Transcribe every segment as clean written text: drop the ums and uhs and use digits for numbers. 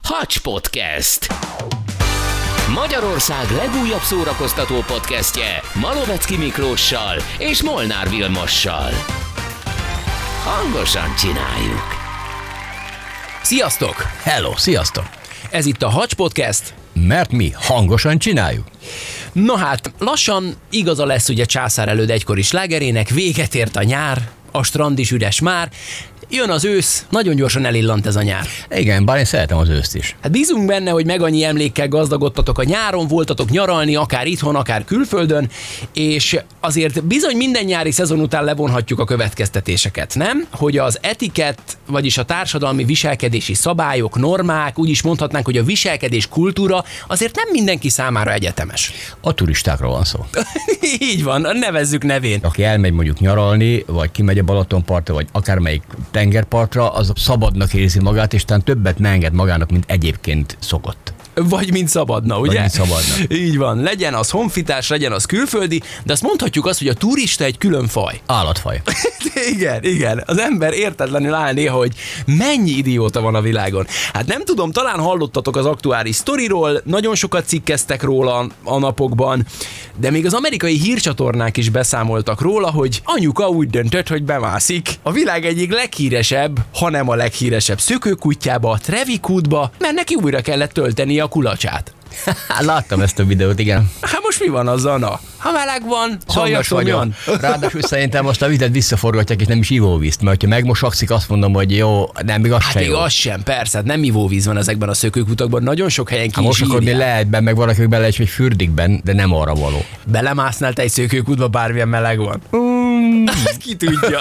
Hacs Podcast. Magyarország legújabb szórakoztató podcastje Malovecki Miklóssal és Molnár Vilmossal. Hangosan csináljuk. Sziasztok! Hello, sziasztok! Ez itt a Hacs Podcast. Mert mi hangosan csináljuk. Na hát, lassan igaza lesz ugye Császár előd egykori slágerének, véget ért a nyár, a strand is üres már, jön az ősz, nagyon gyorsan elillant ez a nyár. Igen, bár én szeretem az őszt is. Hát bízunk benne, hogy meg annyi emlékkel gazdagodtatok a nyáron, voltatok nyaralni, akár itthon, akár külföldön, és azért bizony minden nyári szezon után levonhatjuk a következtetéseket, nem? Hogy az etikett, vagyis a társadalmi viselkedési szabályok, normák, úgy is mondhatnánk, hogy a viselkedés kultúra azért nem mindenki számára egyetemes. A turistákról van szó. Így van, nevezzük nevén. Aki elmegy mondjuk nyaralni, vagy kimegy a Balatonpartra, vagy akármelyik tengerpartra, az szabadnak érzi magát, és talán többet ne enged magának, mint egyébként szokott. Vagy mint szabadna, ugye? Vagy mint szabadna. Így van, legyen az honfitárs, legyen az külföldi, de azt mondhatjuk azt, hogy a turista egy külön faj. Állatfaj. Igen. Az ember értetlenül áll néha, hogy mennyi idióta van a világon. Hát nem tudom, talán hallottatok az aktuális sztoriról, nagyon sokat cikkeztek róla a napokban, de még az amerikai hírcsatornák is beszámoltak róla, hogy anyuka úgy döntött, hogy bemászik a világ egyik leghíresebb, hanem a leghíresebb szökőkutyjába, a Trevi-kútba, mert neki újra kellett tölteni a kulacsát. Láttam ezt a videót, igen. Hát most mi van azzal, na? Ha meleg van, halljatom. Ráadásul szerintem most a vizet visszaforgatják, és nem is ivóvízt, mert ha megmosakszik, azt mondom, hogy jó, nem, még az hát sem még jó. az sem, persze, hát nem ivóvíz van ezekben a szökőkutakban, nagyon sok helyen ki Most akkor mi lehetben, meg valaki bele is, hogy fürdikben, de nem arra való. Belemásznál te egy szökőkútba, bármilyen meleg van? Ezt ki tudja.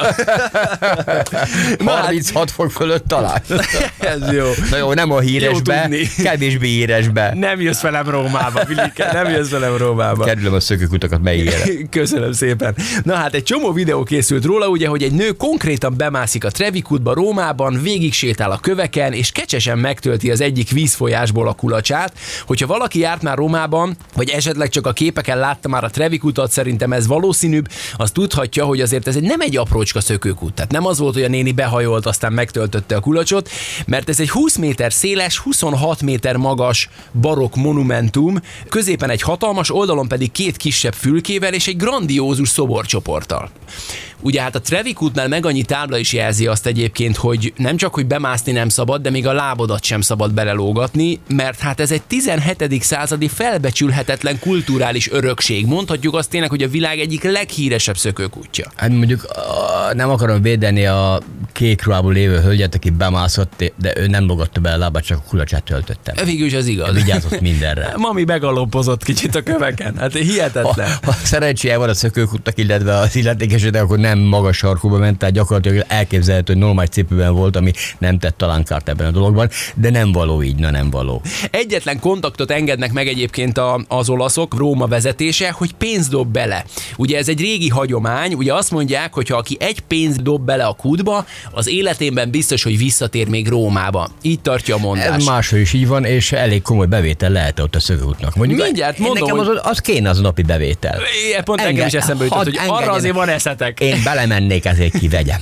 36 fok fölött talán. Ez jó. Na jó, nem a híresbe, kevésbé híresbe. Nem jössz velem Rómába, Vilike, nem jössz velem Rómába. Kerülöm a szökőkutakat melyére. Köszönöm szépen. Na hát egy csomó videó készült róla, ugye, hogy egy nő konkrétan bemászik a Trevi-kútba Rómában, végig sétál a köveken, és kecsesen megtölti az egyik vízfolyásból a kulacsát. Hogyha valaki járt már Rómában, vagy esetleg csak a képeken látta már a Trevi-kutat, szerintem ez valószínűbb, az tudhatja, hogy azért ez nem egy aprócska szökőkút. Tehát nem az volt, hogy a néni behajolt, aztán megtöltötte a kulacsot, mert ez egy 20 méter széles, 26 méter magas barokk monumentum, középen egy hatalmas, oldalon pedig két kisebb fülkével és egy grandiózus szoborcsoporttal. Ugye hát a Trevi-kútnál meg annyi tábla is jelzi azt egyébként, hogy nem csak, hogy bemászni nem szabad, de még a lábodat sem szabad belelógatni, mert hát ez egy 17. századi felbecsülhetetlen kulturális örökség. Mondhatjuk azt tényleg, hogy a világ egyik leghíresebb szökőkútja. Hát mondjuk nem akarom védeni a kék ruhából lévő hölgyet, aki bemászott, de ő nem logatta be a lábát, csak a kulacsát töltöttem. Végül is az igaz. Vigyázott mindenre. Mami megaloppozott kicsit a köveken. Hát hihetetlen. Ha szerencséje van a szökőkútnak, illetve az illetékesítő, akkor nem magas sarkúba ment, tehát gyakorlatilag elképzelhető, hogy normális cipőben volt, ami nem tett talán kárt ebben a dologban, de nem való így, nem való. Egyetlen kontaktot engednek meg egyébként az olaszok, Róma vezetése, hogy pénzt dob bele. Ugye ez egy régi hagyomány, ugye azt mondják, hogy ha aki egy pénzt dob bele a kútba, az életében biztos, hogy visszatér még Rómába. Így tartja a mondás. Ez máshol is így van, és elég komoly bevétel lehet ott a szökőkútnak. Mondjuk, mindjárt mondom, nekem az kéne az a napi bevétel. Pont engem is eszembe jutott, hogy arra azért van eszetek. Én belemennék, ezért kivegyem.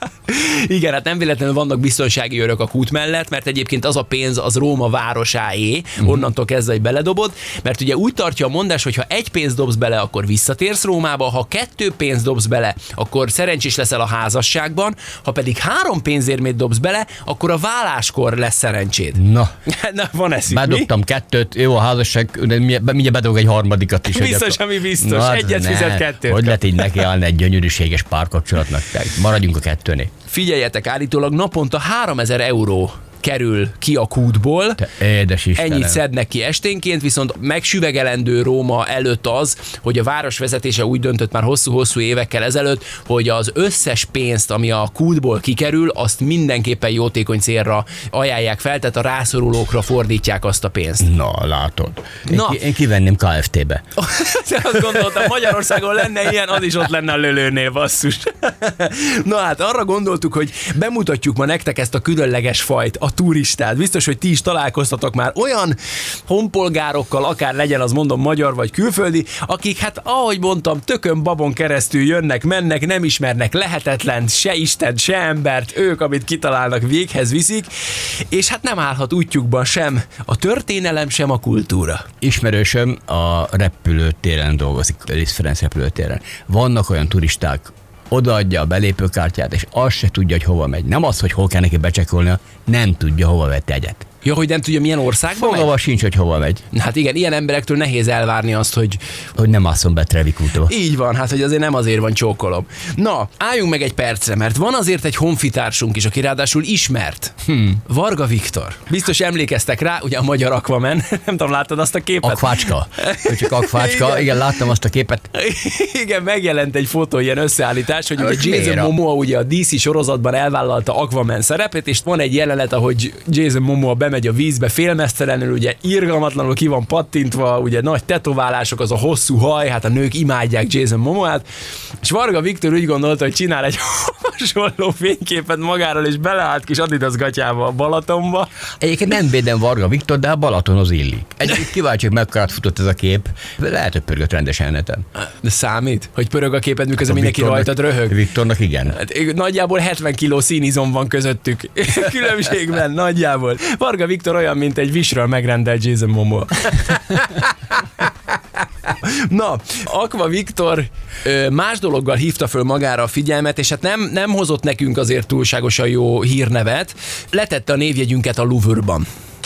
Igen, hát nem véletlenül vannak biztonsági őrök a kút mellett, mert egyébként az a pénz az Róma városáé, onnantól kezdve, hogy beledobod, mert ugye úgy tartja a mondás, hogy ha egy pénzt dobsz bele, akkor visszatérsz Rómába, ha 2 pénzt dobsz bele, akkor szerencsés leszel a házasságban, ha pedig 3 pénzérmét dobsz bele, akkor a válláskor lesz szerencséd. Na van eszünk, bedobtam 2, jó a házasság, de mindjárt bedobok egy harmadikat is. Biztos, ami biztos. Na, egyet fizet 2. Hogy lehet így nekiállni egy gyönyörűséges párkapcsolatnak? Maradjunk a 2-nél. Figyeljetek, állítólag naponta 3000 euró kerül ki a kútból. Édes Istenem. Ennyit szednek ki esténként, viszont megsüvegelendő Róma előtt az, hogy a városvezetése úgy döntött már hosszú-hosszú évekkel ezelőtt, hogy az összes pénzt, ami a kútból kikerül, azt mindenképpen jótékony célra ajánlják fel, tehát a rászorulókra fordítják azt a pénzt. Na, látod. Én kivenném KFT-be. Azt gondoltam, Magyarországon lenne ilyen, az is ott lenne a lölőnél, basszus. Na hát arra gondoltuk, hogy bemutatjuk ma nektek ezt a különleges fajt, a a turistát. Biztos, hogy ti is találkoztatok már olyan honpolgárokkal, akár legyen az mondom magyar vagy külföldi, akik hát ahogy mondtam, tökön babon keresztül jönnek, mennek, nem ismernek lehetetlen, se Isten, se embert, ők, amit kitalálnak, véghez viszik, és hát nem állhat útjukban sem a történelem, sem a kultúra. Ismerősöm a repülőtéren dolgozik, Liszt Ferenc repülőtéren. Vannak olyan turisták, odaadja a belépőkártyát, és azt se tudja, hogy hova megy. Nem az, hogy hol kell neki becsekolnia, nem tudja, hova vett egyet. Ja, hogy nem tudja, milyen országba megy? Fogalma sincs, hogy hova megy. Hát igen, ilyen emberektől nehéz elvárni azt, hogy nem asszon be Trevikútba. így van, hát hogy azért nem azért van csókolom. Na, álljunk meg egy percre, mert van azért egy honfitársunk is, aki ráadásul ismert. Varga Viktor. Biztos emlékeztek rá, ugye a magyar Aquaman. Nem tudom, láttad azt a képet? Akvácska. Csak Akvácska. Igen, láttam azt a képet. Igen, megjelent egy fotó, ilyen összeállítás, hogy ugye Jason miért? Momoa ugye a DC sorozatban elvállalta Aquaman szerepét, és van egy jelenet, ahogy Jason Momoa bemegy a vízbe félmeztelenül, ugye irgalmatlanul ki van pattintva, ugye nagy tetoválások, az a hosszú haj, hát a nők imádják Jason Momoát, és Varga Viktor úgy gondolta, hogy csinál egy hasonló fényképet magáról, és beleállt kis Adidas gatyába a Balatonba. Egyébként nem védem Varga Viktor, de a Balatonhoz illik. Egyébként kíváncsi, hogy mekkorát futott ez a kép. Lehet, hogy pörgött rendesen neten. De számít, hogy pörög a képed, miközben mindenki rajtad röhög? Viktornak igen. Hát, nagyjából 70 kiló színizom van közöttük. Különbségben nagyjából. Varga Viktor olyan, mint egy Wish-ről megrendelt Jason Momoa. Na, Aqua Viktor más dologgal hívta föl magára a figyelmet, és hát nem hozott nekünk azért túlságosan jó hírnevet. Letette a névjegyünket a Louvre-ban.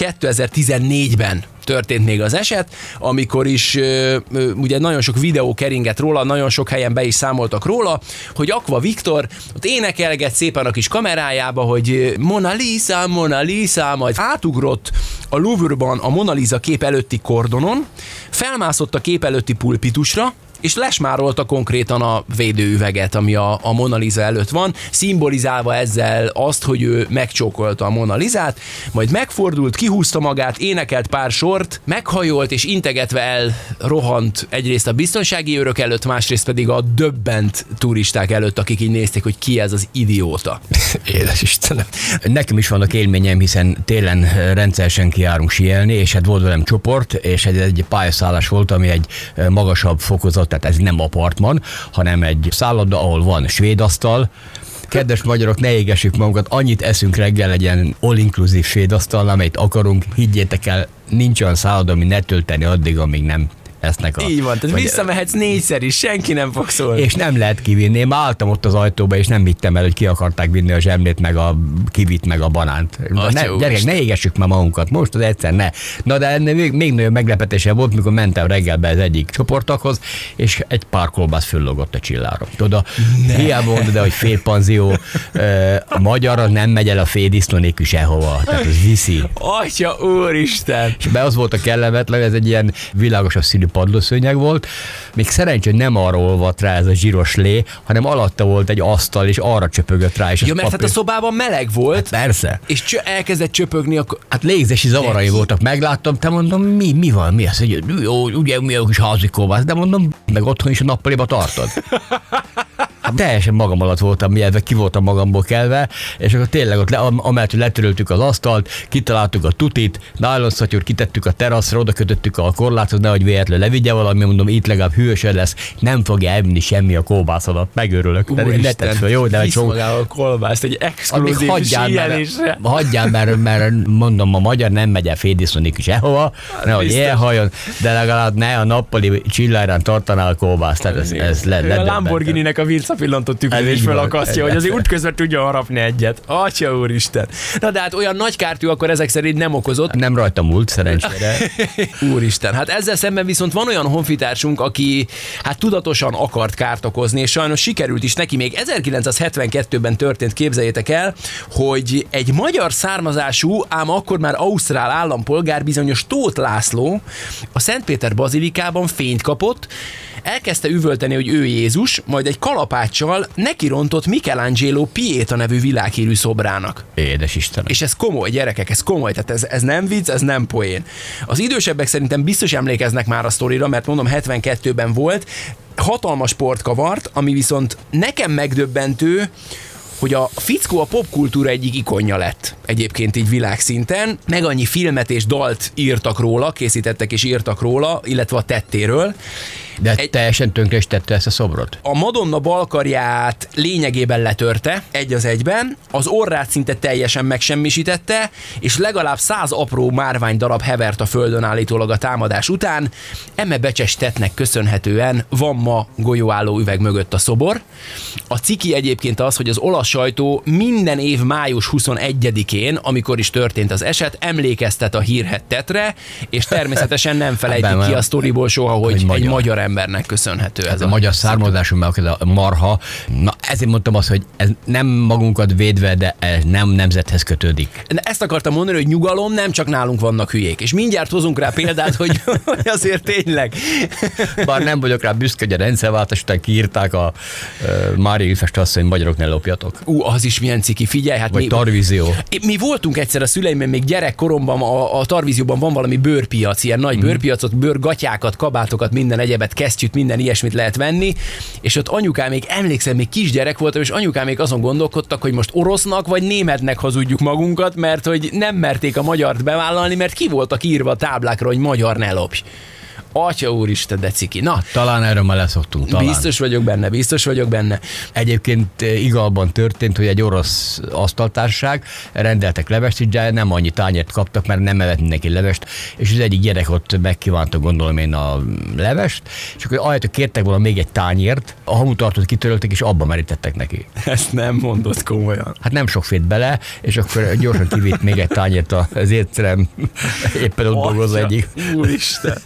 2014-ben történt még az eset, amikor is ugye nagyon sok videó keringett róla, nagyon sok helyen be is számoltak róla, hogy Aqua Viktor ott énekelget szépen a kis kamerájába, hogy Mona Lisa, Mona Lisa, majd átugrott a Louvre-ban a Mona Lisa kép előtti kordonon, felmászott a kép előtti pulpitusra, és lesmárolta konkrétan a védőüveget, ami a Mona Lisa előtt van, szimbolizálva ezzel azt, hogy ő megcsókolta a Mona Lisát, majd megfordult, kihúzta magát, énekelt pár sort, meghajolt és integetve elrohant egyrészt a biztonsági őrök előtt, másrészt pedig a döbbent turisták előtt, akik így nézték, hogy ki ez az idióta. Édes Istenem. Nekem is vannak élményeim, hiszen télen rendszeresen kijárunk síelni, és hát volt velem csoport, és egy pályaszállás volt, ami egy magasabb fokozat, tehát ez nem apartman, hanem egy szálloda, ahol van svéd asztal. Kedves magyarok, ne égessük magunkat, annyit eszünk reggel, legyen all-inclusive svéd asztal, amelyet akarunk, higgyétek el, nincs olyan szálloda, ami ne tölteni addig, amíg nem esznek így van, tehát visszamehetsz 4-szer is, senki nem fog szólni. És nem lehet kivinni. Én álltam ott az ajtóba, és nem hittem el, hogy ki akarták vinni a zsemlét, meg a kivit, meg a banánt. Gyerekek, ne égessük már magunkat, most az egyszer ne. Na de ennél még nagyobb meglepetése volt, mikor mentem reggelbe az egyik csoportokhoz, és egy pár kolbász föllogott a csillára. Tudod, hiába mondod, de hogy félpanzió, a magyar nem megy el a féldisznó nélkül sehova. Tehát ez viszi. Atya úristen! És be az volt a kellemetlen, ez egy ilyen világosabb színű padlószőnyeg volt. Még szerencsé, hogy nem arra olvadt rá ez a zsíros lé, hanem alatta volt egy asztal, és arra csöpögött rá. És ja, mert hát a szobában meleg volt. Hát persze. És elkezdett csöpögni, akkor... Hát légzési zavarai voltak, megláttam, te mondom, mi van, mi az, hogy jó, ugye mi a kis házi kolbász, de mondom, meg otthon is a nappaliba tartod. Hát teljesen magam alatt voltam, mielőtt ki voltam magamból kelve, és akkor tényleg ott amellett, hogy letöröltük az asztalt, kitaláltuk a tutit, nylonszatyút kitettük a teraszra, oda kötöttük a korláthoz, nehogy véletlenül levigye valami, mondom, itt legalább hűvösöd lesz, nem fogja elvinni semmi a kolbászodat, megőrülök. Ne tedd föl, jó, de visz magával a kolbászt egy exkluzív síelésre. Hagyjál, mert mondom, a magyar nem megy el féldisznó nélkül sehova, nehogy elhajjon, de legalább ne a nappali csillárán tartaná a kolbászt. Tehát ez a Lamborghini-nek a visszapillantott tükrözés felakasztja, hogy azért útközben tudja harapni egyet. Atya úristen. Na de hát olyan nagy kártyú akkor ezek szerint nem okozott. Nem rajta múlt, szerencsére. Úristen, hát ezzel szemben viszont van olyan honfitársunk, aki hát tudatosan akart kárt okozni, és sajnos sikerült is neki. Még 1972-ben történt, képzeljétek el, hogy egy magyar származású, ám akkor már ausztrál állampolgár, bizonyos Tóth László a Szentpéter bazilikában fényt kapott, elkezdte üvölteni, hogy ő Jézus, majd egy kalapáccsal nekirontott Michelangelo Pieta nevű világhírű szobrának. Édes Istenem. És ez komoly, gyerekek, ez komoly, tehát ez nem vicc, ez nem poén. Az idősebbek szerintem biztos emlékeznek már a sztorira, mert mondom 72-ben volt, hatalmas port kavart, ami viszont nekem megdöbbentő, hogy a fickó a popkultúra egyik ikonja lett egyébként így világszinten, meg annyi filmet és dalt írtak róla, készítettek és írtak róla, illetve a tettéről. De teljesen tönkre is tette ezt a szobrot? A Madonna balkarját lényegében letörte, egy az egyben, az orrát szinte teljesen megsemmisítette, és legalább 100 apró márvány darab hevert a földön állítólag a támadás után. Eme becses tettnek köszönhetően van ma golyóálló üveg mögött a szobor. A ciki egyébként az, hogy az olasz sajtó minden év május 21-én, amikor is történt az eset, emlékeztet a hírhedt tettre, és természetesen nem felejtik ki a sztoriból soha, hogy egy magyar embernek köszönhető ez a magyar származású, mert a marha. Na, ezért mondtam azt, hogy ez nem magunkat védve, de ez nem nemzethez kötődik. Ezt akartam mondani, hogy nyugalom, nem csak nálunk vannak hülyék. És mindjárt hozunk rá példát, hogy azért tényleg. Bár nem vagyok rá büszke, hogy a rendszerváltás után kiírták a Mária Ilfest azt, hogy magyarok ne lopjatok. Az is milyen ciki, figyelj. Hát vagy Tarvízió. Mi voltunk egyszer a szüleimmel, még gyerekkoromban a Tarvízióban van valami bőrpiac, ilyen nagy bőrpiacot, bőrgatyákat, kabátokat, minden egyebet, kesztyűt, minden ilyesmit lehet venni, és ott anyukámék, emlékszem, még kisgyerek voltam, és anyukámék azon gondolkodtak, hogy most orosznak vagy németnek hazudjuk magunkat, mert hogy nem merték a magyart bevállalni, mert ki voltak írva a táblákra, hogy magyar ne lopj. Atya úristen, de ciki. Na, talán erről már leszoktunk. Talán. Biztos vagyok benne. Egyébként Igalban történt, hogy egy orosz asztaltársaság rendeltek levest, de nem annyi tányért kaptak, mert nem evett mindenki levest, és az egyik gyerek ott megkívánta, gondolom én, a levest, és akkor ahelyett, kértek volna még egy tányért, a hamutartót kitörölték, és abba merítettek neki. Ezt nem mondod komolyan. Hát nem sok fért bele, és akkor gyorsan kivitt még egy tányért az étterem, éppen ott dolgozó egyik. Úristen.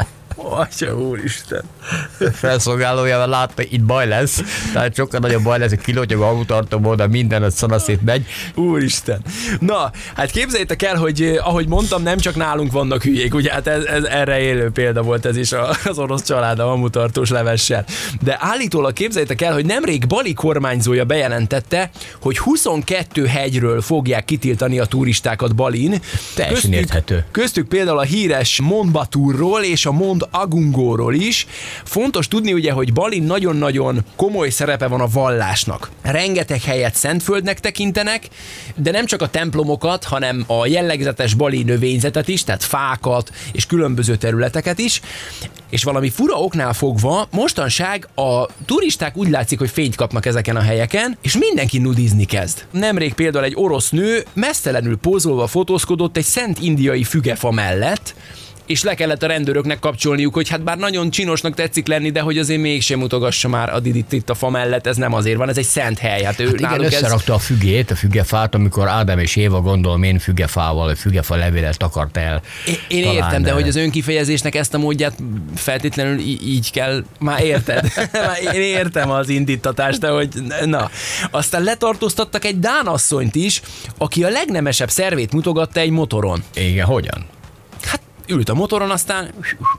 Atya úristen. Felszolgálójával látta, itt baj lesz, tehát sokkal nagyobb baj lesz, hogy kilótyog a hamutartóból, de minden a szanaszét megy. Úristen. Na, hát képzeljétek el, hogy ahogy mondtam, nem csak nálunk vannak hülyék, ugye hát ez erre élő példa volt ez is az orosz család a hamutartós levessel. De állítólag képzeljétek el, hogy nemrég Bali kormányzója bejelentette, hogy 22 hegyről fogják kitiltani a turistákat Balin. Teljesen érthető. Köztük például a híres Mont Baturról és a Mont Agungóról is. Fontos tudni ugye, hogy Balin nagyon-nagyon komoly szerepe van a vallásnak. Rengeteg helyet szentföldnek tekintenek, de nem csak a templomokat, hanem a jellegzetes bali növényzetet is, tehát fákat és különböző területeket is. És valami fura oknál fogva mostanság a turisták úgy látszik, hogy fényt kapnak ezeken a helyeken, és mindenki nudizni kezd. Nemrég például egy orosz nő mesztelenül pózolva fotózkodott egy szent indiai fügefa mellett, és le kellett a rendőröknek kapcsolniuk, hogy hát bár nagyon csinosnak tetszik lenni, de hogy azért mégsem mutogassa már a Didit itt a fa mellett, ez nem azért van, ez egy szent hely. Hát ő igen, összerakta a fügefát, amikor Ádám és Éva, gondolom én, fügefával, fügefa levélet akart el. Én értem, de hogy az önkifejezésnek ezt a módját feltétlenül így kell, már érted? Én értem az indítatást, de hogy na. Aztán letartóztattak egy dán asszonyt is, aki a legnemesebb szervét mutogatta egy motoron. Igen, hogyan? Hát ült a motoron, aztán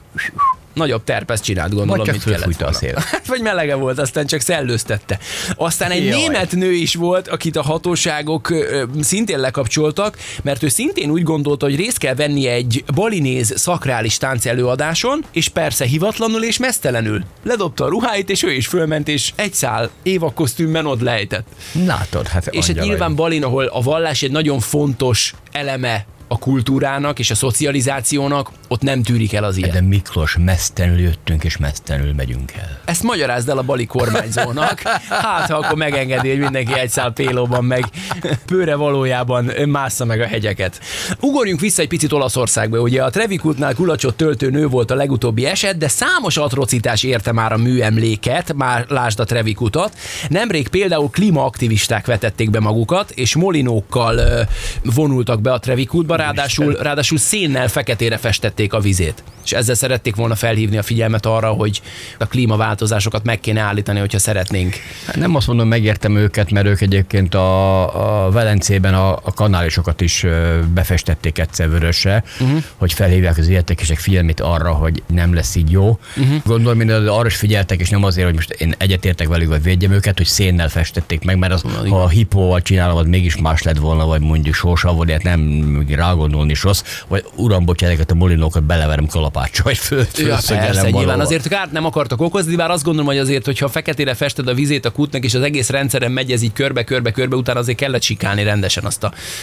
nagyobb terpeszt csinált, gondolom, vagy mit kellett volna. A szél. Vagy melege volt, aztán csak szellőztette. Aztán egy német nő is volt, akit a hatóságok szintén lekapcsoltak, mert ő szintén úgy gondolta, hogy részt kell vennie egy balinéz szakrális tánc előadáson, és persze hivatlanul és meztelenül. Ledobta a ruháit, és ő is fölment, és egy szál Éva kosztümben ott lejtett. Látod, hát és egy nyilván Balin, ahol a vallás egy nagyon fontos eleme a kultúrának és a szocializációnak, ott nem tűrik el az ilyen. De Miklós, mesztelenül jöttünk, és mesztelenül megyünk el. Ezt magyarázd el a bali kormányzónak, hát ha akkor megengedi, hogy mindenki egy szál pélóban meg pőre valójában mássza meg a hegyeket. Ugorjunk vissza egy picit Olaszországba, ugye a Trevikutnál kulacsot töltő nő volt a legutóbbi eset, de számos atrocitás érte már a műemléket, már lásd a Trevikutat. Nemrég például klímaaktivisták vetették be magukat, és molinókkal vonultak be a Trevikutba, ráadásul szénnel feketére festették a vizét. És ezzel szerették volna felhívni a figyelmet arra, hogy a klímaváltozásokat meg kéne állítani, hogyha szeretnénk. Nem azt mondom, megértem őket, mert ők egyébként a Velencében a kanálisokat is befestették egyszer vörösre, hogy felhívják az illetékesek figyelmét arra, hogy nem lesz így jó. Gondolom, hogy arra is figyeltek, és nem azért, hogy most én egyetértek velük, vagy védjem őket, hogy szénnel festették meg, mert ha a hipóval csinálom, az mégis más lett volna, vagy mondjuk sósavódért nem rágondolni is rossz, vagy uram, bocsánat, a molinókat beleverem kalapáccsal, vagy persze, nyilván azért kárt nem akartak okozni, bár azt gondolom, hogy azért, hogyha feketére fested a vizét a kútnak, és az egész rendszeren megy ez így körbe, utána azért kellett sikálni rendesen azt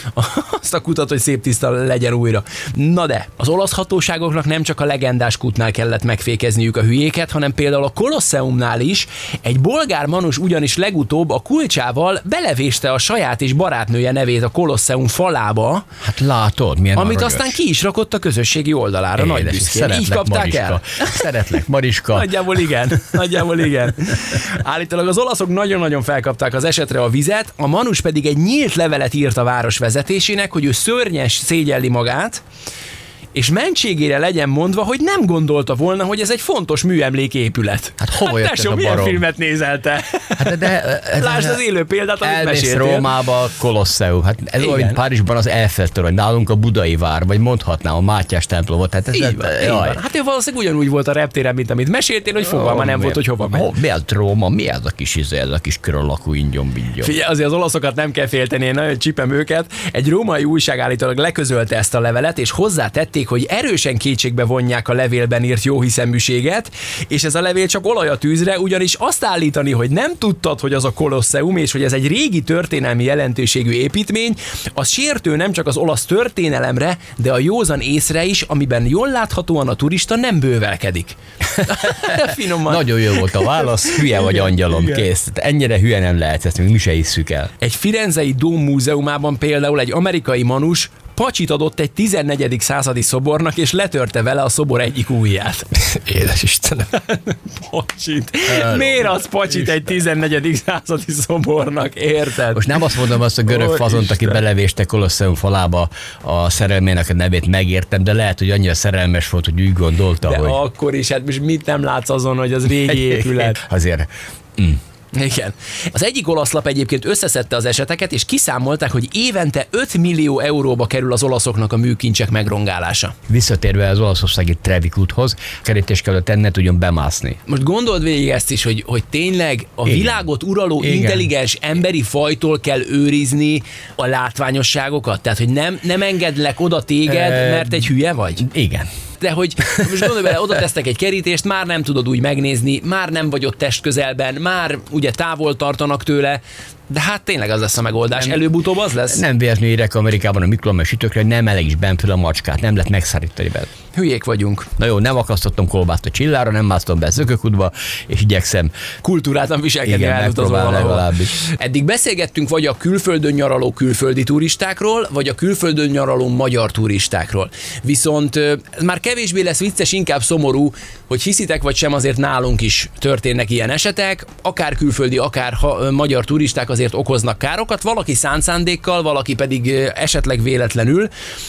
a kutat, hogy szép tiszta legyen újra. Na de, az olasz hatóságoknak nem csak a legendás kútnál kellett megfékezniük a hülyéket, hanem például a Kolosseumnál is egy bolgár manus ugyanis legutóbb a kulcsával belevéste a saját és barátnője nevét a Kolosseum falába. Hát látod, milyen amit aranyos. Aztán ki is rakott a közösségi oldalára. Édes, nagy büszkén. Így kapták Mariska. el. Szeretlek, Mariska. Nagyjából igen. Állítólag az olaszok nagyon-nagyon felkapták az esetre a vizet, a manus pedig egy nyílt levelet írt a város vezetésének, hogy ő szörnyes szégyelli magát, és mentségére legyen mondva, hogy nem gondolta volna, hogy ez egy fontos műemléképület. Hát hova jött ez a milyen barom? filmet nézel te? Hát Lásd az élő példát, amit elmész meséltél. Rómába, Kolosseum. Hát ez olyan, mint Párizsban az Eiffel-torony, nálunk a Budai vár, vagy mondhatnám a Mátyás templomot. Hát ez Így van. Hát ő valószínűleg ugyanúgy volt a reptéren, mint amit meséltél, hogy fogalma nem volt, hogy hova megy. Miért Róma? Mi ez a kis ez a kis kör alakú ingyon-bingyon? Figyelj, azért az olaszokat nem kell félteni, én nagyon csipem őket. Egy római újság állítólag leközölte ezt a levelet, és hozzátették, hogy erősen kétségbe vonják a levélben írt jóhiszeműséget, és ez a levél csak olaj a tűzre, ugyanis azt állítani, hogy nem tudtad, hogy az a Kolosseum, és hogy ez egy régi történelmi jelentőségű építmény, az sértő nem csak az olasz történelemre, de a józan észre is, amiben jól láthatóan a turista nem bővelkedik. Finoman. Nagyon jó volt a válasz, hülye vagy angyalom, kész. Ennyire hülye nem lehet, ezt még mi se hisszük el. Egy firenzei Dóm múzeumában például egy amerikai manus pacsit adott egy 14. századi szobornak, és letörte vele a szobor egyik ujját. Édes Istenem. Pacsit. Miért az pacsit egy 14. századi szobornak, érted? Most nem azt mondom, azt a görög fazont, aki belevéste Kolosseum falába a szerelmének a nevét, megértem, de lehet, hogy annyira szerelmes volt, hogy úgy gondolta, de hogy... akkor is, hát most mit nem látsz azon, hogy az régi épület? Azért... Igen. Az egyik olasz lap egyébként összeszedte az eseteket, és kiszámolták, hogy évente 5 millió euróba kerül az olaszoknak a műkincsek megrongálása. Visszatérve az olaszországi Trevi kúthoz, kerítés kellett ne tudjon bemászni. Most gondold végig ezt is, hogy tényleg a világot uraló intelligens emberi fajtól kell őrizni a látványosságokat? Tehát, hogy nem engedlek oda téged, mert egy hülye vagy? Igen. De hogy most gondolj bele, oda tesznek egy kerítést, már nem tudod úgy megnézni, már nem vagy ott testközelben, már ugye távol tartanak tőle, de hát tényleg az lesz a megoldás. Előbb-utóbb az lesz. Nem véletlenül írek Amerikában a mikromes sütőkre, hogy nem elég is bent fel a macskát, nem lehet megszárítani be. Hülyék vagyunk. Na jó, nem akasztottam kolbászt a csillára, nem másztam be a zökőkútba, és igyekszem kultúráltan viselkedni. Igen, megpróbálom legalábbis. Eddig beszélgettünk vagy a külföldön nyaraló külföldi turistákról, vagy a külföldön nyaraló magyar turistákról. Viszont már kevésbé lesz vicces, inkább szomorú, hogy hiszitek vagy sem, azért nálunk is történnek ilyen esetek, akár külföldi, akár magyar turisták azért okoznak károkat, valaki szánt szándékkal, valaki pedig esetleg véletlenül.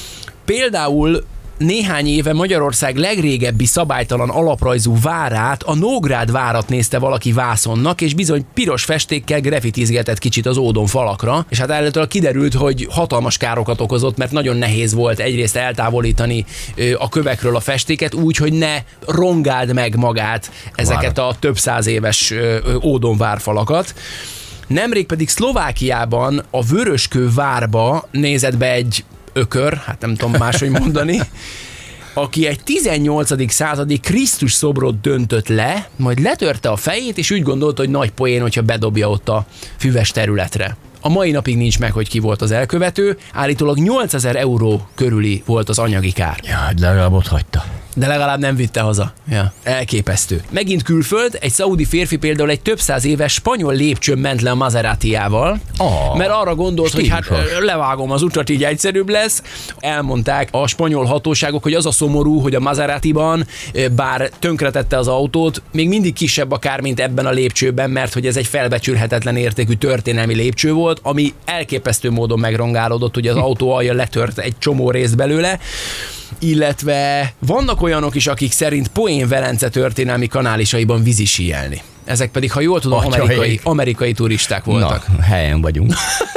Például néhány éve Magyarország legrégebbi szabálytalan alaprajzú várát, a Nógrád várat nézte valaki vászonnak, és bizony piros festékkel grafitizgetett kicsit az ódon falakra, és hát állítólag kiderült, hogy hatalmas károkat okozott, mert nagyon nehéz volt egyrészt eltávolítani a kövekről a festéket úgy, hogy ne rongáld meg magát ezeket a több száz éves ódon várfalakat. Nemrég pedig Szlovákiában a Vöröskő várba nézett be egy ökör, hát nem tudom máshogy mondani, aki egy 18. századi Krisztus szobrot döntött le, majd letörte a fejét, és úgy gondolta, hogy nagy poén, hogyha bedobja ott a füves területre. A mai napig nincs meg, hogy ki volt az elkövető, állítólag 8000 euró körüli volt az anyagi kár. Ja, de legalább ott hagyta. De legalább nem vitte haza. Ja. Elképesztő. Megint külföld, egy szaudi férfi például egy több száz éves spanyol lépcsőn ment le a Maseratiával, mert arra gondolt, hogy hát levágom az utat, így egyszerűbb lesz. Elmondták a spanyol hatóságok, hogy az a szomorú, hogy a Maseratiban, bár tönkretette az autót, még mindig kisebb a kár, mint ebben a lépcsőben, mert hogy ez egy felbecsülhetetlen értékű történelmi lépcső volt, ami elképesztő módon megrongálódott, hogy az autó alja letört egy csomó részt belőle. Illetve vannak olyanok is, akik szerint Poén Velence történelmi kanálisaiban vízisíjelni. Ezek pedig, ha jól tudom, amerikai turisták voltak. Na, helyen vagyunk.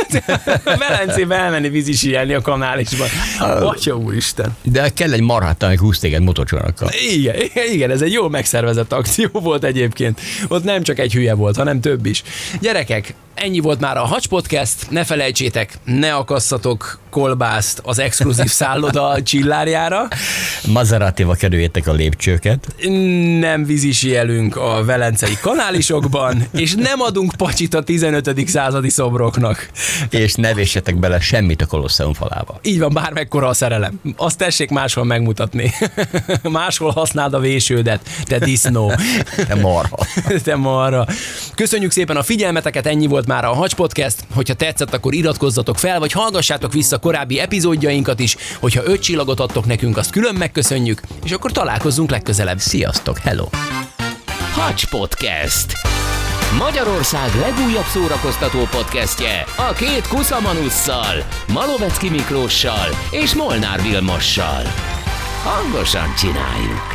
Velencébe elmenni vízisíjelni a kanálisban. Atya úristen. De kell egy marhát, amelyik húz téged motorcsónakkal. Igen, ez egy jól megszervezett akció volt egyébként. Ott nem csak egy hülye volt, hanem több is. Gyerekek, ennyi volt már a Hacs Podcast. Ne felejtsétek, ne akasszatok kolbászt az exkluzív szálloda csillárjára. Maseratival kerüljétek a lépcsőket. Nem vízisielünk a velencei kanálisokban, és nem adunk pacsit a 15. századi szobroknak. És ne véssetek bele semmit a Kolosseum falába. Így van, bármekkora a szerelem. Azt tessék máshol megmutatni. Máshol használd a vésődet, te disznó. Te marha. Te marha. Köszönjük szépen a figyelmeteket, ennyi volt már a Hacs Podcast. Hogyha tetszett, akkor iratkozzatok fel, vagy hallgassátok vissza korábbi epizódjainkat is. Hogyha 5 csillagot adtok nekünk, azt külön megköszönjük, és akkor találkozzunk legközelebb. Sziasztok, hello! Hacs Podcast. Magyarország legújabb szórakoztató podcastje a két kuszamanusszal, Malovecki Miklóssal és Molnár Vilmossal. Hangosan csináljuk!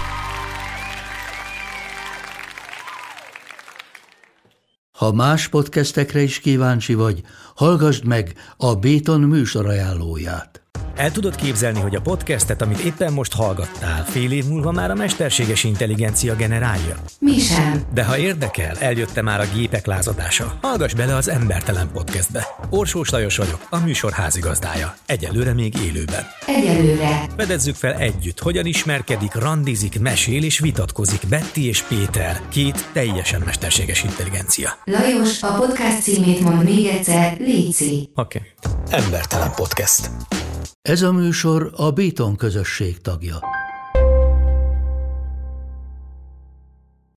Ha más podcastekre is kíváncsi vagy, hallgassd meg a Béton műsor ajánlóját. El tudod képzelni, hogy a podcastet, amit éppen most hallgattál, fél év múlva már a mesterséges intelligencia generálja? Mi sem. De ha érdekel, eljött már a gépek lázadása. Hallgass bele az Embertelen Podcastbe. Orsós Lajos vagyok, a műsor házigazdája. Egyelőre még élőben. Egyelőre. Fedezzük fel együtt, hogyan ismerkedik, randizik, mesél és vitatkozik Betty és Péter, két teljesen mesterséges intelligencia. Lajos, a podcast címét mond még egyszer, léci. Oké. Embertelen Podcast. Ez a műsor a Béton közösség tagja.